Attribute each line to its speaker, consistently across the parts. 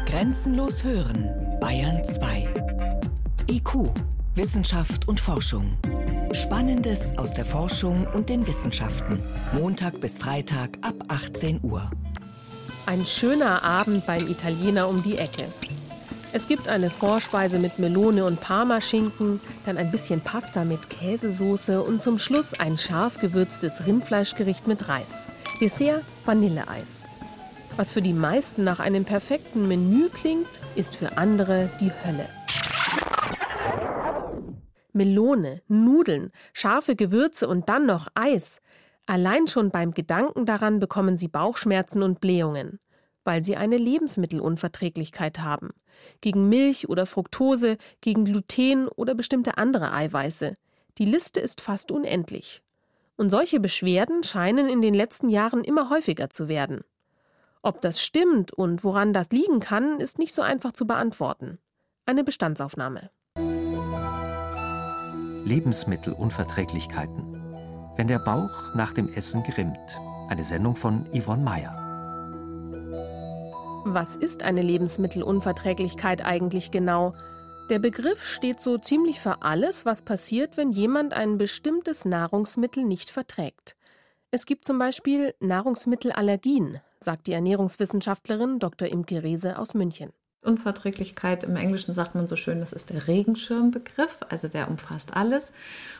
Speaker 1: Grenzenlos hören, Bayern 2. IQ, Wissenschaft und Forschung. Spannendes aus der Forschung und den Wissenschaften. Montag bis Freitag ab 18 Uhr.
Speaker 2: Ein schöner Abend beim Italiener um die Ecke. Es gibt eine Vorspeise mit Melone und Parmaschinken, dann ein bisschen Pasta mit Käsesoße und zum Schluss ein scharf gewürztes Rindfleischgericht mit Reis. Dessert Vanilleeis. Was für die meisten nach einem perfekten Menü klingt, ist für andere die Hölle. Melone, Nudeln, scharfe Gewürze und dann noch Eis. Allein schon beim Gedanken daran bekommen sie Bauchschmerzen und Blähungen, weil sie eine Lebensmittelunverträglichkeit haben. Gegen Milch oder Fructose, gegen Gluten oder bestimmte andere Eiweiße. Die Liste ist fast unendlich. Und solche Beschwerden scheinen in den letzten Jahren immer häufiger zu werden. Ob das stimmt und woran das liegen kann, ist nicht so einfach zu beantworten. Eine Bestandsaufnahme.
Speaker 3: Lebensmittelunverträglichkeiten. Wenn der Bauch nach dem Essen grimmt. Eine Sendung von Yvonne Meyer.
Speaker 2: Was ist eine Lebensmittelunverträglichkeit eigentlich genau? Der Begriff steht so ziemlich für alles, was passiert, wenn jemand ein bestimmtes Nahrungsmittel nicht verträgt. Es gibt zum Beispiel Nahrungsmittelallergien, sagt die Ernährungswissenschaftlerin Dr. Imke Rehse aus München.
Speaker 4: Unverträglichkeit, im Englischen sagt man so schön, das ist der Regenschirmbegriff, also der umfasst alles.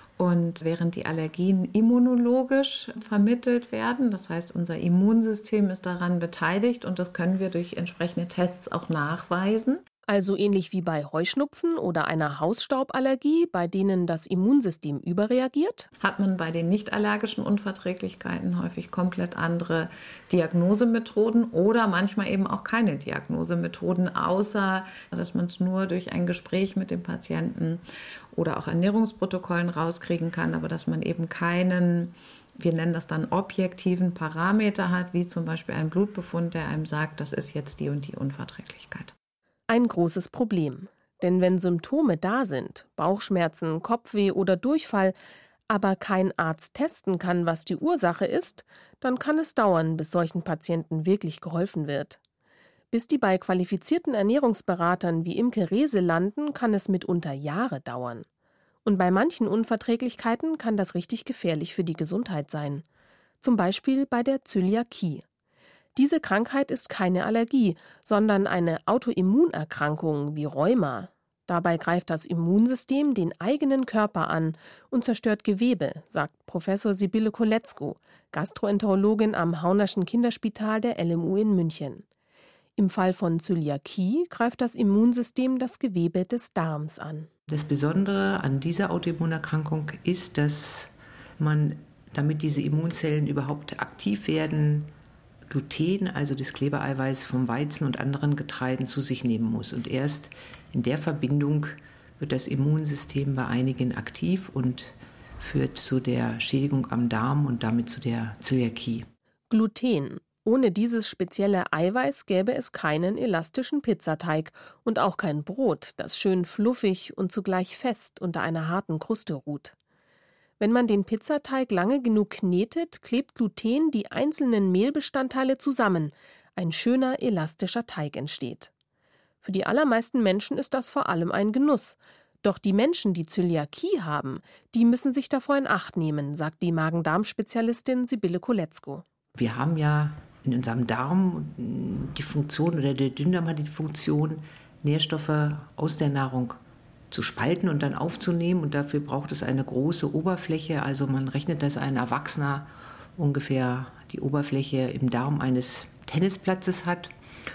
Speaker 4: Und während die Allergien immunologisch vermittelt werden, das heißt, unser Immunsystem ist daran beteiligt und das können wir durch entsprechende Tests auch nachweisen.
Speaker 2: Also ähnlich wie bei Heuschnupfen oder einer Hausstauballergie, bei denen das Immunsystem überreagiert?
Speaker 4: Hat man bei den nicht allergischen Unverträglichkeiten häufig komplett andere Diagnosemethoden oder manchmal eben auch keine Diagnosemethoden, außer dass man es nur durch ein Gespräch mit dem Patienten oder auch Ernährungsprotokollen rauskriegen kann, aber dass man eben keinen, wir nennen das dann objektiven Parameter hat, wie zum Beispiel ein Blutbefund, der einem sagt, das ist jetzt die und die Unverträglichkeit.
Speaker 2: Ein großes Problem. Denn wenn Symptome da sind, Bauchschmerzen, Kopfweh oder Durchfall, aber kein Arzt testen kann, was die Ursache ist, dann kann es dauern, bis solchen Patienten wirklich geholfen wird. Bis die bei qualifizierten Ernährungsberatern wie Imke Rehse landen, kann es mitunter Jahre dauern. Und bei manchen Unverträglichkeiten kann das richtig gefährlich für die Gesundheit sein. Zum Beispiel bei der Zöliakie. Diese Krankheit ist keine Allergie, sondern eine Autoimmunerkrankung wie Rheuma. Dabei greift das Immunsystem den eigenen Körper an und zerstört Gewebe, sagt Professor Sibylle Koletzko, Gastroenterologin am Haunerschen Kinderspital der LMU in München. Im Fall von Zöliakie greift das Immunsystem das Gewebe des Darms an.
Speaker 5: Das Besondere an dieser Autoimmunerkrankung ist, dass man, damit diese Immunzellen überhaupt aktiv werden, Gluten, also das Klebereiweiß vom Weizen und anderen Getreiden, zu sich nehmen muss. Und erst in der Verbindung wird das Immunsystem bei einigen aktiv und führt zu der Schädigung am Darm und damit zu der Zöliakie.
Speaker 2: Gluten. Ohne dieses spezielle Eiweiß gäbe es keinen elastischen Pizzateig und auch kein Brot, das schön fluffig und zugleich fest unter einer harten Kruste ruht. Wenn man den Pizzateig lange genug knetet, klebt Gluten die einzelnen Mehlbestandteile zusammen. Ein schöner, elastischer Teig entsteht. Für die allermeisten Menschen ist das vor allem ein Genuss. Doch die Menschen, die Zöliakie haben, die müssen sich davor in Acht nehmen, sagt die Magen-Darm-Spezialistin Sibylle Koletzko.
Speaker 5: Wir haben ja in unserem Darm die Funktion, oder der Dünndarm hat die Funktion, Nährstoffe aus der Nahrung zu spalten und dann aufzunehmen. Und dafür braucht es eine große Oberfläche. Also man rechnet, dass ein Erwachsener ungefähr die Oberfläche im Darm eines Tennisplatzes hat.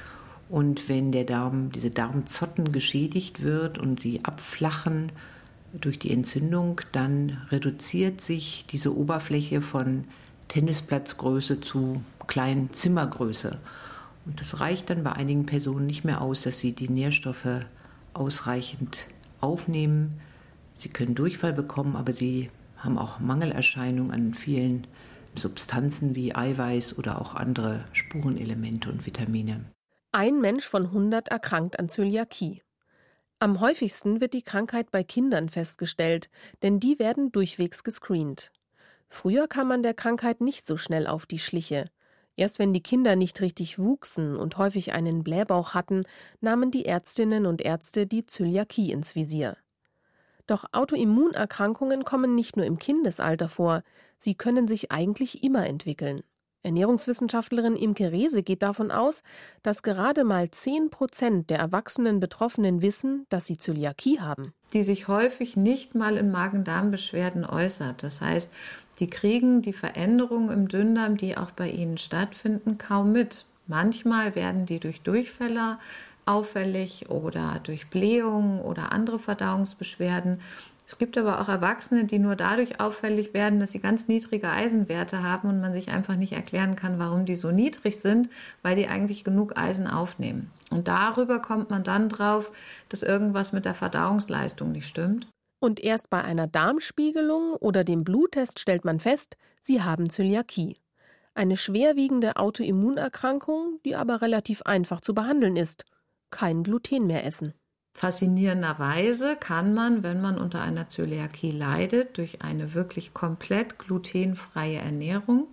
Speaker 5: Und wenn der Darm, diese Darmzotten geschädigt wird und sie abflachen durch die Entzündung, dann reduziert sich diese Oberfläche von Tennisplatzgröße zu kleinen Zimmergröße. Und das reicht dann bei einigen Personen nicht mehr aus, dass sie die Nährstoffe ausreichend aufnehmen. Sie können Durchfall bekommen, aber sie haben auch Mangelerscheinungen an vielen Substanzen wie Eiweiß oder auch andere Spurenelemente und Vitamine.
Speaker 2: Ein Mensch von 100 erkrankt an Zöliakie. Am häufigsten wird die Krankheit bei Kindern festgestellt, denn die werden durchwegs gescreent. Früher kam man der Krankheit nicht so schnell auf die Schliche. Erst wenn die Kinder nicht richtig wuchsen und häufig einen Blähbauch hatten, nahmen die Ärztinnen und Ärzte die Zöliakie ins Visier. Doch Autoimmunerkrankungen kommen nicht nur im Kindesalter vor, sie können sich eigentlich immer entwickeln. Ernährungswissenschaftlerin Imke Rehse geht davon aus, dass gerade mal 10% der erwachsenen Betroffenen wissen, dass sie Zöliakie haben.
Speaker 4: Die sich häufig nicht mal in Magen-Darm-Beschwerden äußert. Das heißt, die kriegen die Veränderungen im Dünndarm, die auch bei ihnen stattfinden, kaum mit. Manchmal werden die durch Durchfälle auffällig oder durch Blähungen oder andere Verdauungsbeschwerden. Es gibt aber auch Erwachsene, die nur dadurch auffällig werden, dass sie ganz niedrige Eisenwerte haben und man sich einfach nicht erklären kann, warum die so niedrig sind, weil die eigentlich genug Eisen aufnehmen. Und darüber kommt man dann drauf, dass irgendwas mit der Verdauungsleistung nicht stimmt.
Speaker 2: Und erst bei einer Darmspiegelung oder dem Bluttest stellt man fest, sie haben Zöliakie. Eine schwerwiegende Autoimmunerkrankung, die aber relativ einfach zu behandeln ist. Kein Gluten mehr essen.
Speaker 4: Faszinierenderweise kann man, wenn man unter einer Zöliakie leidet, durch eine wirklich komplett glutenfreie Ernährung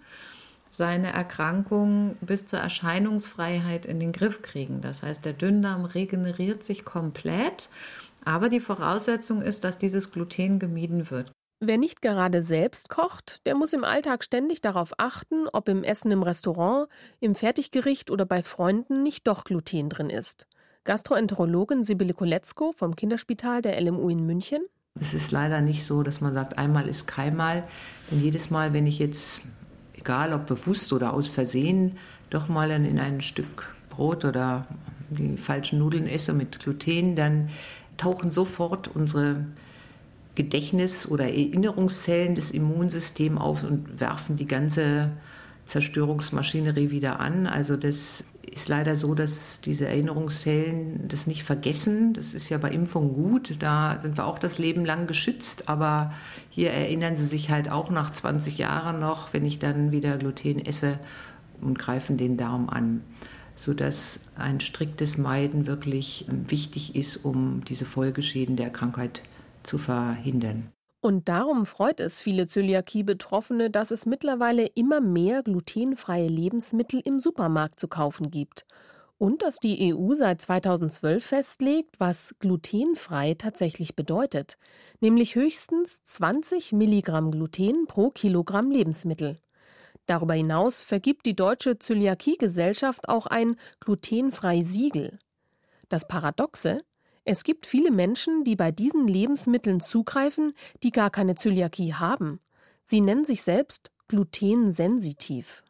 Speaker 4: seine Erkrankung bis zur Erscheinungsfreiheit in den Griff kriegen. Das heißt, der Dünndarm regeneriert sich komplett, aber die Voraussetzung ist, dass dieses Gluten gemieden wird.
Speaker 2: Wer nicht gerade selbst kocht, der muss im Alltag ständig darauf achten, ob im Essen im Restaurant, im Fertiggericht oder bei Freunden nicht doch Gluten drin ist. Gastroenterologin Sibylle Koletzko vom Kinderspital der LMU in München.
Speaker 5: Es ist leider nicht so, dass man sagt, einmal ist keinmal. Denn jedes Mal, wenn ich jetzt, egal ob bewusst oder aus Versehen, doch mal in ein Stück Brot oder die falschen Nudeln esse mit Gluten, dann tauchen sofort unsere Gedächtnis- oder Erinnerungszellen des Immunsystems auf und werfen die ganze Zerstörungsmaschinerie wieder an. Also das ist leider so, dass diese Erinnerungszellen das nicht vergessen. Das ist ja bei Impfung gut, da sind wir auch das Leben lang geschützt, aber hier erinnern sie sich halt auch nach 20 Jahren noch, wenn ich dann wieder Gluten esse, und greifen den Darm an, sodass ein striktes Meiden wirklich wichtig ist, um diese Folgeschäden der Krankheit zu verhindern.
Speaker 2: Und darum freut es viele Zöliakie-Betroffene, dass es mittlerweile immer mehr glutenfreie Lebensmittel im Supermarkt zu kaufen gibt. Und dass die EU seit 2012 festlegt, was glutenfrei tatsächlich bedeutet. Nämlich höchstens 20 Milligramm Gluten pro Kilogramm Lebensmittel. Darüber hinaus vergibt die Deutsche Zöliakie-Gesellschaft auch ein glutenfrei Siegel. Das Paradoxe: Es gibt viele Menschen, die bei diesen Lebensmitteln zugreifen, die gar keine Zöliakie haben. Sie nennen sich selbst glutensensitiv.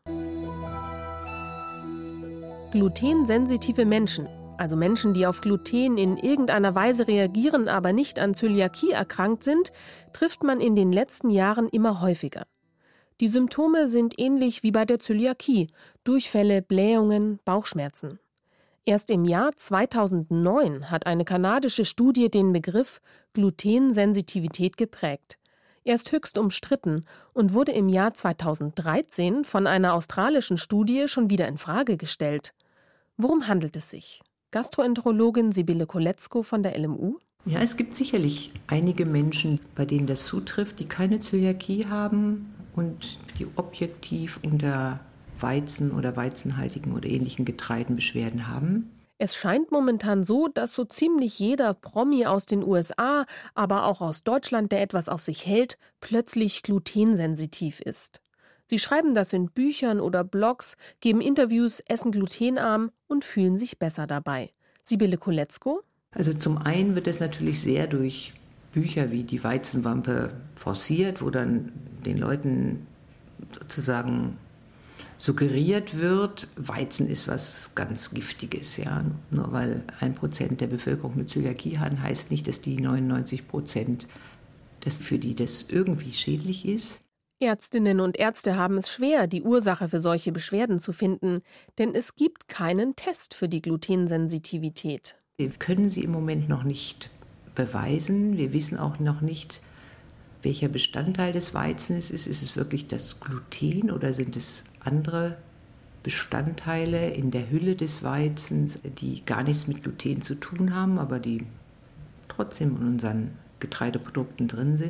Speaker 2: Glutensensitive Menschen, also Menschen, die auf Gluten in irgendeiner Weise reagieren, aber nicht an Zöliakie erkrankt sind, trifft man in den letzten Jahren immer häufiger. Die Symptome sind ähnlich wie bei der Zöliakie: Durchfälle, Blähungen, Bauchschmerzen. Erst im Jahr 2009 hat eine kanadische Studie den Begriff Glutensensitivität geprägt. Er ist höchst umstritten und wurde im Jahr 2013 von einer australischen Studie schon wieder in Frage gestellt. Worum handelt es sich? Gastroenterologin Sibylle Koletzko von der LMU.
Speaker 5: Ja, es gibt sicherlich einige Menschen, bei denen das zutrifft, die keine Zöliakie haben und die objektiv unter Weizen oder weizenhaltigen oder ähnlichen Getreiden Beschwerden haben.
Speaker 2: Es scheint momentan so, dass so ziemlich jeder Promi aus den USA, aber auch aus Deutschland, der etwas auf sich hält, plötzlich glutensensitiv ist. Sie schreiben das in Büchern oder Blogs, geben Interviews, essen glutenarm und fühlen sich besser dabei. Sibylle Koletzko?
Speaker 5: Also zum einen wird es natürlich sehr durch Bücher wie Die Weizenwampe forciert, wo dann den Leuten sozusagen suggeriert wird, Weizen ist was ganz Giftiges. Ja? Nur weil 1% der Bevölkerung eine Zöliakie hat, heißt nicht, dass die 99%, für die das irgendwie schädlich ist.
Speaker 2: Ärztinnen und Ärzte haben es schwer, die Ursache für solche Beschwerden zu finden, denn es gibt keinen Test für die Glutensensitivität.
Speaker 5: Wir können sie im Moment noch nicht beweisen. Wir wissen auch noch nicht, welcher Bestandteil des Weizens ist. Ist es wirklich das Gluten oder sind es andere Bestandteile in der Hülle des Weizens, die gar nichts mit Gluten zu tun haben, aber die trotzdem in unseren Getreideprodukten drin sind?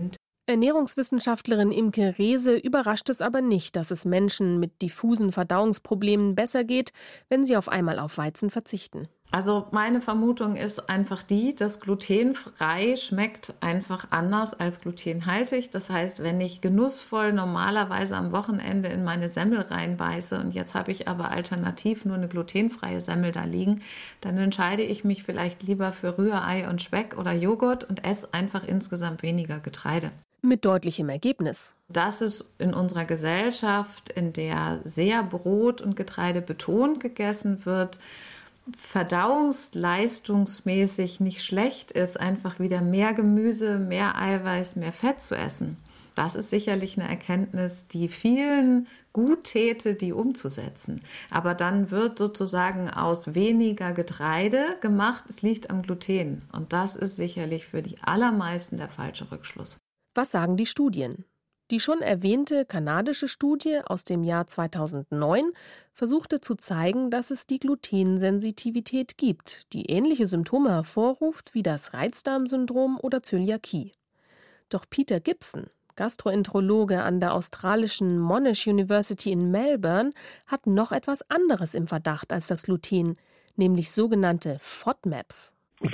Speaker 2: Ernährungswissenschaftlerin Imke Rehse überrascht es aber nicht, dass es Menschen mit diffusen Verdauungsproblemen besser geht, wenn sie auf einmal auf Weizen verzichten.
Speaker 4: Also meine Vermutung ist einfach die, dass glutenfrei schmeckt einfach anders als glutenhaltig. Das heißt, wenn ich genussvoll normalerweise am Wochenende in meine Semmel reinbeiße und jetzt habe ich aber alternativ nur eine glutenfreie Semmel da liegen, dann entscheide ich mich vielleicht lieber für Rührei und Speck oder Joghurt und esse einfach insgesamt weniger Getreide.
Speaker 2: Mit deutlichem Ergebnis.
Speaker 4: Das ist in unserer Gesellschaft, in der sehr Brot und Getreide betont gegessen wird, verdauungsleistungsmäßig nicht schlecht ist, einfach wieder mehr Gemüse, mehr Eiweiß, mehr Fett zu essen. Das ist sicherlich eine Erkenntnis, die vielen gut täte, die umzusetzen. Aber dann wird sozusagen aus weniger Getreide gemacht, es liegt am Gluten. Und das ist sicherlich für die allermeisten der falsche Rückschluss.
Speaker 2: Was sagen die Studien? Die schon erwähnte kanadische Studie aus dem Jahr 2009 versuchte zu zeigen, dass es die Glutensensitivität gibt, die ähnliche Symptome hervorruft wie das Reizdarmsyndrom oder Zöliakie. Doch Peter Gibson, Gastroenterologe an der australischen Monash University in Melbourne, hat noch etwas anderes im Verdacht als das Gluten, nämlich sogenannte FODMAPs.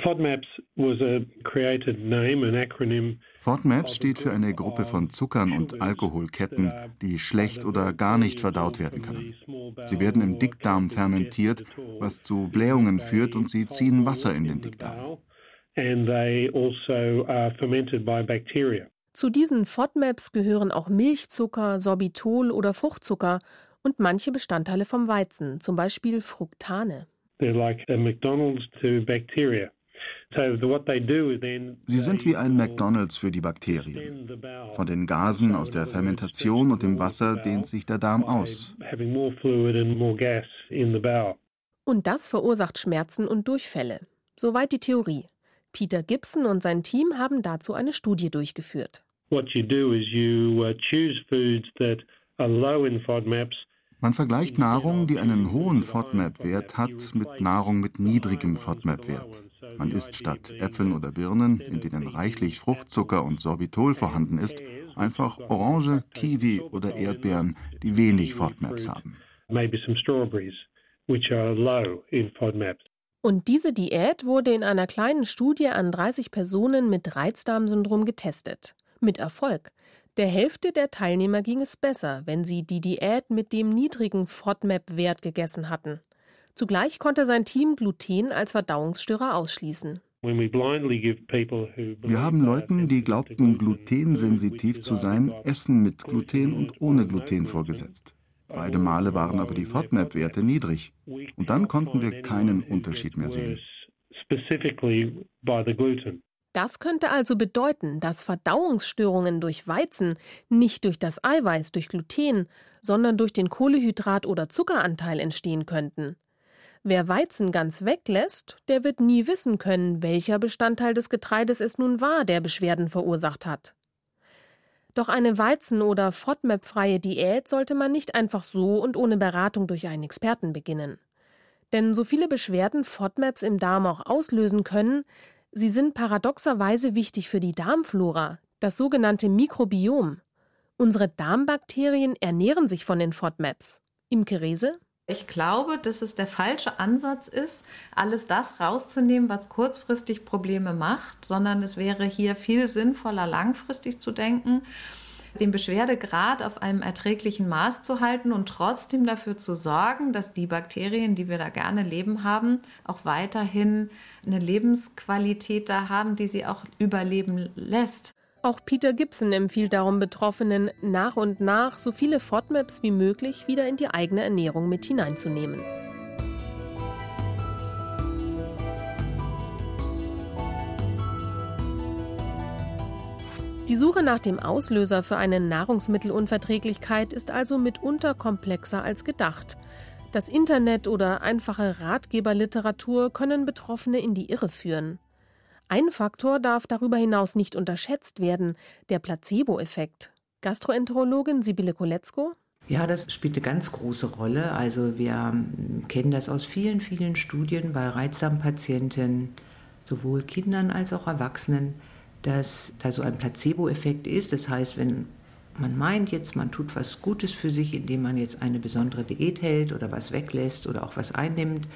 Speaker 6: FODMAPs steht für eine Gruppe von Zuckern und Alkoholketten, die schlecht oder gar nicht verdaut werden können. Sie werden im Dickdarm fermentiert, was zu Blähungen führt, und sie ziehen Wasser in den Dickdarm.
Speaker 2: Zu diesen FODMAPs gehören auch Milchzucker, Sorbitol oder Fruchtzucker und manche Bestandteile vom Weizen, zum Beispiel Fructane.
Speaker 6: Sie sind wie ein McDonald's für die Bakterien. Von den Gasen aus der Fermentation und dem Wasser dehnt sich der Darm aus.
Speaker 2: Und das verursacht Schmerzen und Durchfälle. Soweit die Theorie. Peter Gibson und sein Team haben dazu eine Studie durchgeführt.
Speaker 6: Man vergleicht Nahrung, die einen hohen FODMAP-Wert hat, mit Nahrung mit niedrigem FODMAP-Wert. Man isst statt Äpfeln oder Birnen, in denen reichlich Fruchtzucker und Sorbitol vorhanden ist, einfach Orange, Kiwi oder Erdbeeren, die wenig FODMAPs haben.
Speaker 2: Und diese Diät wurde in einer kleinen Studie an 30 Personen mit Reizdarmsyndrom getestet. Mit Erfolg. Der Hälfte der Teilnehmer ging es besser, wenn sie die Diät mit dem niedrigen FODMAP-Wert gegessen hatten. Zugleich konnte sein Team Gluten als Verdauungsstörer ausschließen.
Speaker 6: Wir haben Leuten, die glaubten, glutensensitiv zu sein, Essen mit Gluten und ohne Gluten vorgesetzt. Beide Male waren aber die FODMAP-Werte niedrig. Und dann konnten wir keinen Unterschied mehr sehen.
Speaker 2: Das könnte also bedeuten, dass Verdauungsstörungen durch Weizen nicht durch das Eiweiß, durch Gluten, sondern durch den Kohlehydrat- oder Zuckeranteil entstehen könnten. Wer Weizen ganz weglässt, der wird nie wissen können, welcher Bestandteil des Getreides es nun war, der Beschwerden verursacht hat. Doch eine Weizen- oder FODMAP-freie Diät sollte man nicht einfach so und ohne Beratung durch einen Experten beginnen. Denn so viele Beschwerden FODMAPs im Darm auch auslösen können, sie sind paradoxerweise wichtig für die Darmflora, das sogenannte Mikrobiom. Unsere Darmbakterien ernähren sich von den FODMAPs. Imke Rehse?
Speaker 4: Ich glaube, dass es der falsche Ansatz ist, alles das rauszunehmen, was kurzfristig Probleme macht, sondern es wäre hier viel sinnvoller, langfristig zu denken, den Beschwerdegrad auf einem erträglichen Maß zu halten und trotzdem dafür zu sorgen, dass die Bakterien, die wir da gerne leben haben, auch weiterhin eine Lebensqualität da haben, die sie auch überleben lässt.
Speaker 2: Auch Peter Gibson empfiehlt darum Betroffenen, nach und nach so viele FODMAPs wie möglich wieder in die eigene Ernährung mit hineinzunehmen. Die Suche nach dem Auslöser für eine Nahrungsmittelunverträglichkeit ist also mitunter komplexer als gedacht. Das Internet oder einfache Ratgeberliteratur können Betroffene in die Irre führen. Ein Faktor darf darüber hinaus nicht unterschätzt werden, der Placebo-Effekt. Gastroenterologin Sibylle Koletzko?
Speaker 5: Ja, das spielt eine ganz große Rolle. Also wir kennen das aus vielen, vielen Studien bei Reizdarmpatienten, sowohl Kindern als auch Erwachsenen, dass da so ein Placebo-Effekt ist. Das heißt, wenn man meint jetzt, man tut was Gutes für sich, indem man jetzt eine besondere Diät hält oder was weglässt oder auch was einnimmt,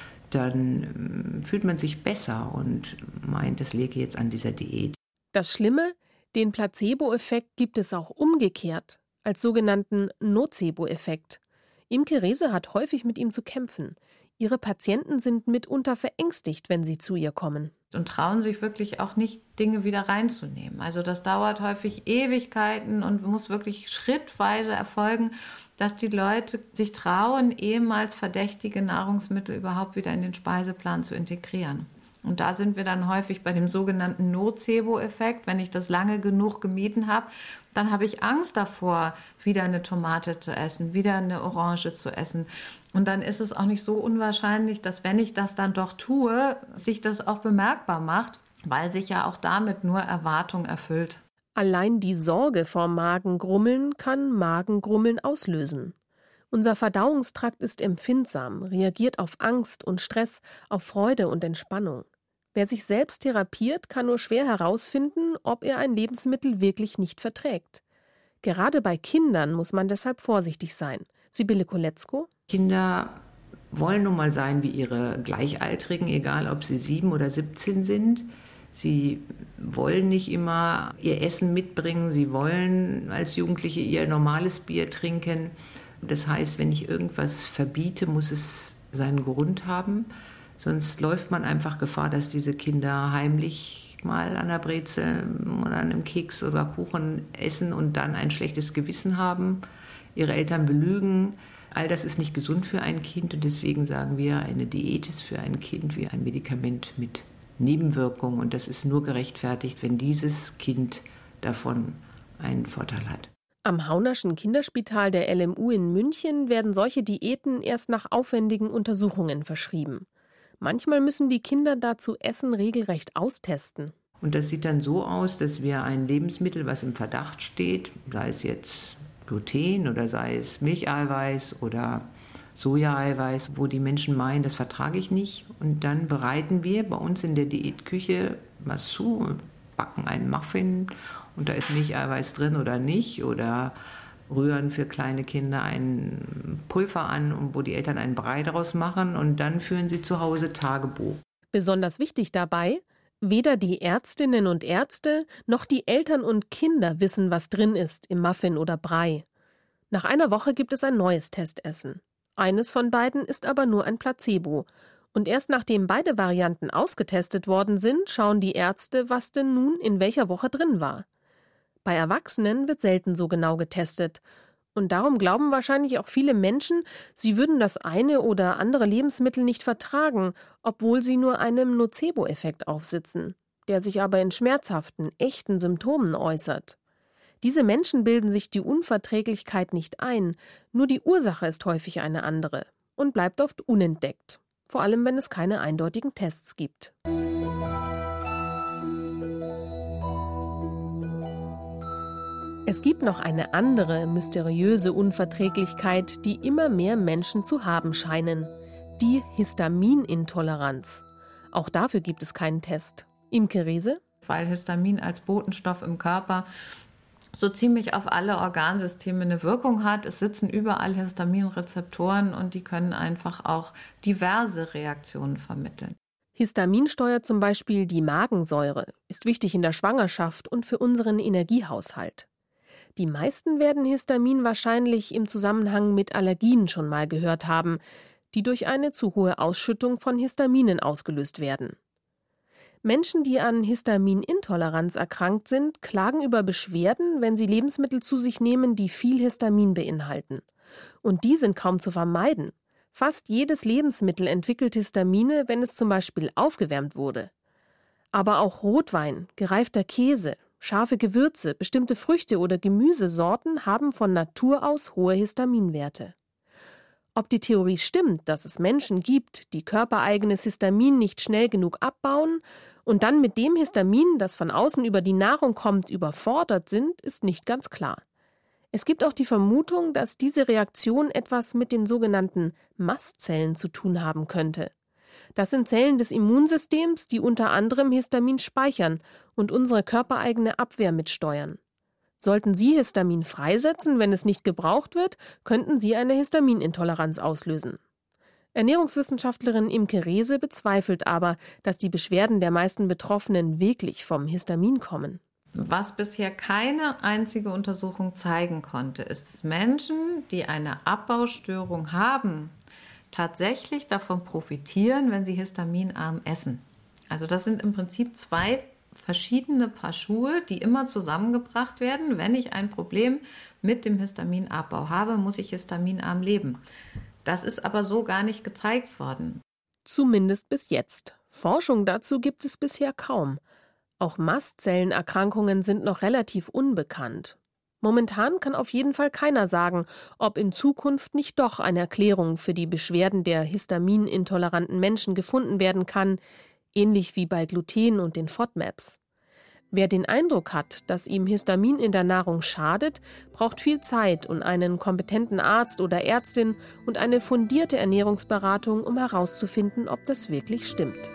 Speaker 5: dann fühlt man sich besser und meint, es läge jetzt an dieser Diät.
Speaker 2: Das Schlimme, den Placebo-Effekt gibt es auch umgekehrt, als sogenannten Nocebo-Effekt. Imke Rehse hat häufig mit ihm zu kämpfen. Ihre Patienten sind mitunter verängstigt, wenn sie zu ihr kommen.
Speaker 4: Und trauen sich wirklich auch nicht, Dinge wieder reinzunehmen. Also das dauert häufig Ewigkeiten und muss wirklich schrittweise erfolgen, dass die Leute sich trauen, ehemals verdächtige Nahrungsmittel überhaupt wieder in den Speiseplan zu integrieren. Und da sind wir dann häufig bei dem sogenannten Nocebo-Effekt. Wenn ich das lange genug gemieden habe, dann habe ich Angst davor, wieder eine Tomate zu essen, wieder eine Orange zu essen. Und dann ist es auch nicht so unwahrscheinlich, dass, wenn ich das dann doch tue, sich das auch bemerkbar macht, weil sich ja auch damit nur Erwartung erfüllt.
Speaker 2: Allein die Sorge vor Magengrummeln kann Magengrummeln auslösen. Unser Verdauungstrakt ist empfindsam, reagiert auf Angst und Stress, auf Freude und Entspannung. Wer sich selbst therapiert, kann nur schwer herausfinden, ob er ein Lebensmittel wirklich nicht verträgt. Gerade bei Kindern muss man deshalb vorsichtig sein. Sibylle Koletzko?
Speaker 5: Kinder wollen nun mal sein wie ihre Gleichaltrigen, egal ob sie 7 oder 17 sind. Sie wollen nicht immer ihr Essen mitbringen, sie wollen als Jugendliche ihr normales Bier trinken. Das heißt, wenn ich irgendwas verbiete, muss es seinen Grund haben. Sonst läuft man einfach Gefahr, dass diese Kinder heimlich mal an der Brezel oder an einem Keks oder Kuchen essen und dann ein schlechtes Gewissen haben, ihre Eltern belügen. All das ist nicht gesund für ein Kind und deswegen sagen wir, eine Diät ist für ein Kind wie ein Medikament mit Nebenwirkungen und das ist nur gerechtfertigt, wenn dieses Kind davon einen Vorteil hat.
Speaker 2: Am Haunerschen Kinderspital der LMU in München werden solche Diäten erst nach aufwendigen Untersuchungen verschrieben. Manchmal müssen die Kinder dazu Essen regelrecht austesten.
Speaker 5: Und das sieht dann so aus, dass wir ein Lebensmittel, was im Verdacht steht, sei es jetzt Gluten oder sei es Milcheiweiß oder Sojaeiweiß, wo die Menschen meinen, das vertrage ich nicht. Und dann bereiten wir bei uns in der Diätküche was zu, backen einen Muffin und da ist Milcheiweiß drin oder nicht oder rühren für kleine Kinder ein Pulver an, wo die Eltern einen Brei daraus machen und dann führen sie zu Hause Tagebuch.
Speaker 2: Besonders wichtig dabei, weder die Ärztinnen und Ärzte noch die Eltern und Kinder wissen, was drin ist im Muffin oder Brei. Nach einer Woche gibt es ein neues Testessen. Eines von beiden ist aber nur ein Placebo. Und erst nachdem beide Varianten ausgetestet worden sind, schauen die Ärzte, was denn nun in welcher Woche drin war. Bei Erwachsenen wird selten so genau getestet. Und darum glauben wahrscheinlich auch viele Menschen, sie würden das eine oder andere Lebensmittel nicht vertragen, obwohl sie nur einem Nocebo-Effekt aufsitzen, der sich aber in schmerzhaften, echten Symptomen äußert. Diese Menschen bilden sich die Unverträglichkeit nicht ein, nur die Ursache ist häufig eine andere und bleibt oft unentdeckt, vor allem wenn es keine eindeutigen Tests gibt. Es gibt noch eine andere mysteriöse Unverträglichkeit, die immer mehr Menschen zu haben scheinen: die Histaminintoleranz. Auch dafür gibt es keinen Test. Imke Rehse?
Speaker 4: Weil Histamin als Botenstoff im Körper so ziemlich auf alle Organsysteme eine Wirkung hat. Es sitzen überall Histaminrezeptoren und die können einfach auch diverse Reaktionen vermitteln.
Speaker 2: Histamin steuert zum Beispiel die Magensäure, ist wichtig in der Schwangerschaft und für unseren Energiehaushalt. Die meisten werden Histamin wahrscheinlich im Zusammenhang mit Allergien schon mal gehört haben, die durch eine zu hohe Ausschüttung von Histaminen ausgelöst werden. Menschen, die an Histaminintoleranz erkrankt sind, klagen über Beschwerden, wenn sie Lebensmittel zu sich nehmen, die viel Histamin beinhalten. Und die sind kaum zu vermeiden. Fast jedes Lebensmittel entwickelt Histamine, wenn es zum Beispiel aufgewärmt wurde. Aber auch Rotwein, gereifter Käse, scharfe Gewürze, bestimmte Früchte oder Gemüsesorten haben von Natur aus hohe Histaminwerte. Ob die Theorie stimmt, dass es Menschen gibt, die körpereigenes Histamin nicht schnell genug abbauen und dann mit dem Histamin, das von außen über die Nahrung kommt, überfordert sind, ist nicht ganz klar. Es gibt auch die Vermutung, dass diese Reaktion etwas mit den sogenannten Mastzellen zu tun haben könnte. Das sind Zellen des Immunsystems, die unter anderem Histamin speichern und unsere körpereigene Abwehr mitsteuern. Sollten Sie Histamin freisetzen, wenn es nicht gebraucht wird, könnten Sie eine Histaminintoleranz auslösen. Ernährungswissenschaftlerin Imke Rehse bezweifelt aber, dass die Beschwerden der meisten Betroffenen wirklich vom Histamin kommen.
Speaker 4: Was bisher keine einzige Untersuchung zeigen konnte, ist, dass Menschen, die eine Abbaustörung haben, tatsächlich davon profitieren, wenn sie histaminarm essen. Also das sind im Prinzip zwei verschiedene Paar Schuhe, die immer zusammengebracht werden. Wenn ich ein Problem mit dem Histaminabbau habe, muss ich histaminarm leben. Das ist aber so gar nicht gezeigt worden.
Speaker 2: Zumindest bis jetzt. Forschung dazu gibt es bisher kaum. Auch Mastzellenerkrankungen sind noch relativ unbekannt. Momentan kann auf jeden Fall keiner sagen, ob in Zukunft nicht doch eine Erklärung für die Beschwerden der histaminintoleranten Menschen gefunden werden kann, ähnlich wie bei Gluten und den FODMAPs. Wer den Eindruck hat, dass ihm Histamin in der Nahrung schadet, braucht viel Zeit und einen kompetenten Arzt oder Ärztin und eine fundierte Ernährungsberatung, um herauszufinden, ob das wirklich stimmt.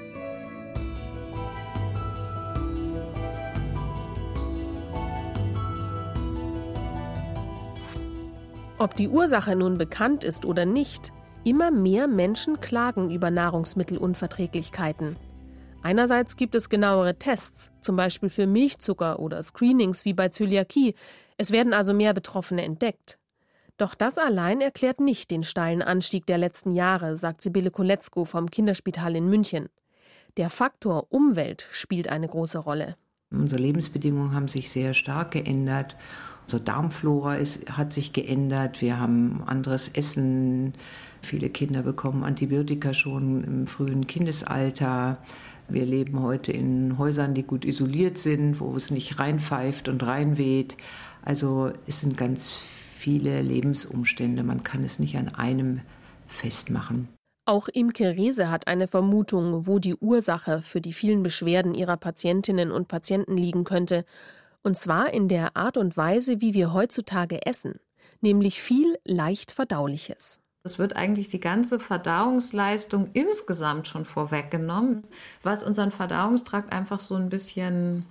Speaker 2: Ob die Ursache nun bekannt ist oder nicht, immer mehr Menschen klagen über Nahrungsmittelunverträglichkeiten. Einerseits gibt es genauere Tests, zum Beispiel für Milchzucker oder Screenings wie bei Zöliakie. Es werden also mehr Betroffene entdeckt. Doch das allein erklärt nicht den steilen Anstieg der letzten Jahre, sagt Sibylle Koletzko vom Kinderspital in München. Der Faktor Umwelt spielt eine große Rolle.
Speaker 5: Unsere Lebensbedingungen haben sich sehr stark geändert. Unsere Darmflora hat sich geändert. Wir haben anderes Essen. Viele Kinder bekommen Antibiotika schon im frühen Kindesalter. Wir leben heute in Häusern, die gut isoliert sind, wo es nicht reinpfeift und reinweht. Also es sind ganz viele Lebensumstände. Man kann es nicht an einem festmachen.
Speaker 2: Auch Imke Rehse hat eine Vermutung, wo die Ursache für die vielen Beschwerden ihrer Patientinnen und Patienten liegen könnte. Und zwar in der Art und Weise, wie wir heutzutage essen, nämlich viel leicht Verdauliches.
Speaker 4: Es wird eigentlich die ganze Verdauungsleistung insgesamt schon vorweggenommen, was unseren Verdauungstrakt einfach so ein bisschen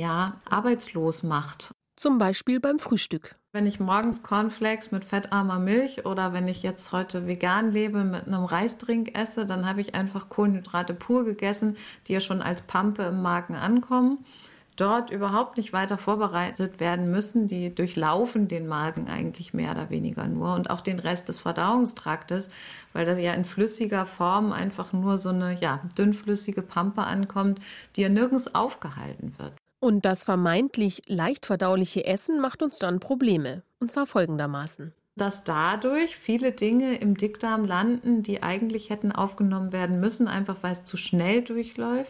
Speaker 4: arbeitslos macht.
Speaker 2: Zum Beispiel beim Frühstück.
Speaker 4: Wenn ich morgens Cornflakes mit fettarmer Milch oder wenn ich jetzt heute vegan lebe mit einem Reisdrink esse, dann habe ich einfach Kohlenhydrate pur gegessen, die ja schon als Pampe im Magen ankommen. Dort überhaupt nicht weiter vorbereitet werden müssen. Die durchlaufen den Magen eigentlich mehr oder weniger nur und auch den Rest des Verdauungstraktes, weil das ja in flüssiger Form einfach nur so eine dünnflüssige Pampe ankommt, die ja nirgends aufgehalten wird.
Speaker 2: Und das vermeintlich leicht verdauliche Essen macht uns dann Probleme. Und zwar folgendermaßen.
Speaker 4: Dass dadurch viele Dinge im Dickdarm landen, die eigentlich hätten aufgenommen werden müssen, einfach weil es zu schnell durchläuft.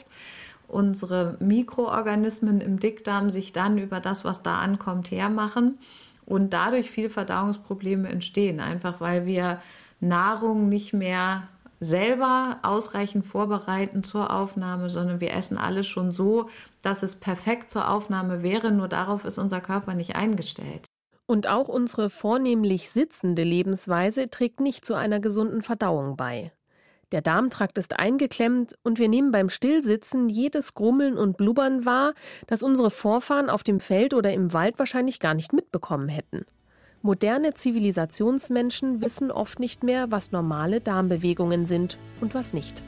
Speaker 4: Unsere Mikroorganismen im Dickdarm sich dann über das, was da ankommt, hermachen und dadurch viele Verdauungsprobleme entstehen, einfach weil wir Nahrung nicht mehr selber ausreichend vorbereiten zur Aufnahme, sondern wir essen alles schon so, dass es perfekt zur Aufnahme wäre, nur darauf ist unser Körper nicht eingestellt.
Speaker 2: Und auch unsere vornehmlich sitzende Lebensweise trägt nicht zu einer gesunden Verdauung bei. Der Darmtrakt ist eingeklemmt und wir nehmen beim Stillsitzen jedes Grummeln und Blubbern wahr, das unsere Vorfahren auf dem Feld oder im Wald wahrscheinlich gar nicht mitbekommen hätten. Moderne Zivilisationsmenschen wissen oft nicht mehr, was normale Darmbewegungen sind und was nicht.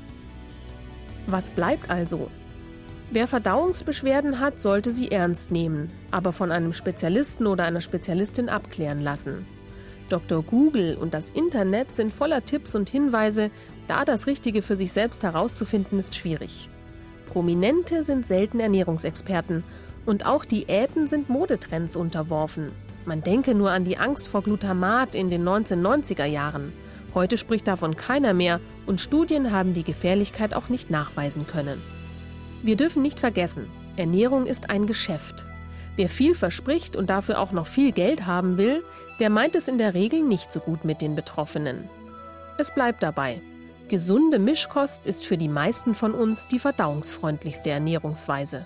Speaker 2: Was bleibt also? Wer Verdauungsbeschwerden hat, sollte sie ernst nehmen, aber von einem Spezialisten oder einer Spezialistin abklären lassen. Dr. Google und das Internet sind voller Tipps und Hinweise, da das Richtige für sich selbst herauszufinden ist schwierig. Prominente sind selten Ernährungsexperten und auch Diäten sind Modetrends unterworfen. Man denke nur an die Angst vor Glutamat in den 1990er Jahren. Heute spricht davon keiner mehr und Studien haben die Gefährlichkeit auch nicht nachweisen können. Wir dürfen nicht vergessen, Ernährung ist ein Geschäft. Wer viel verspricht und dafür auch noch viel Geld haben will, der meint es in der Regel nicht so gut mit den Betroffenen. Es bleibt dabei. Gesunde Mischkost ist für die meisten von uns die verdauungsfreundlichste Ernährungsweise.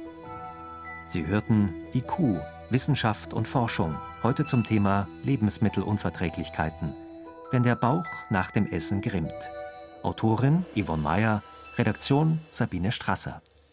Speaker 3: Sie hörten IQ, Wissenschaft und Forschung, heute zum Thema Lebensmittelunverträglichkeiten. Wenn der Bauch nach dem Essen grimmt. Autorin Yvonne Meyer, Redaktion Sabine Strasser.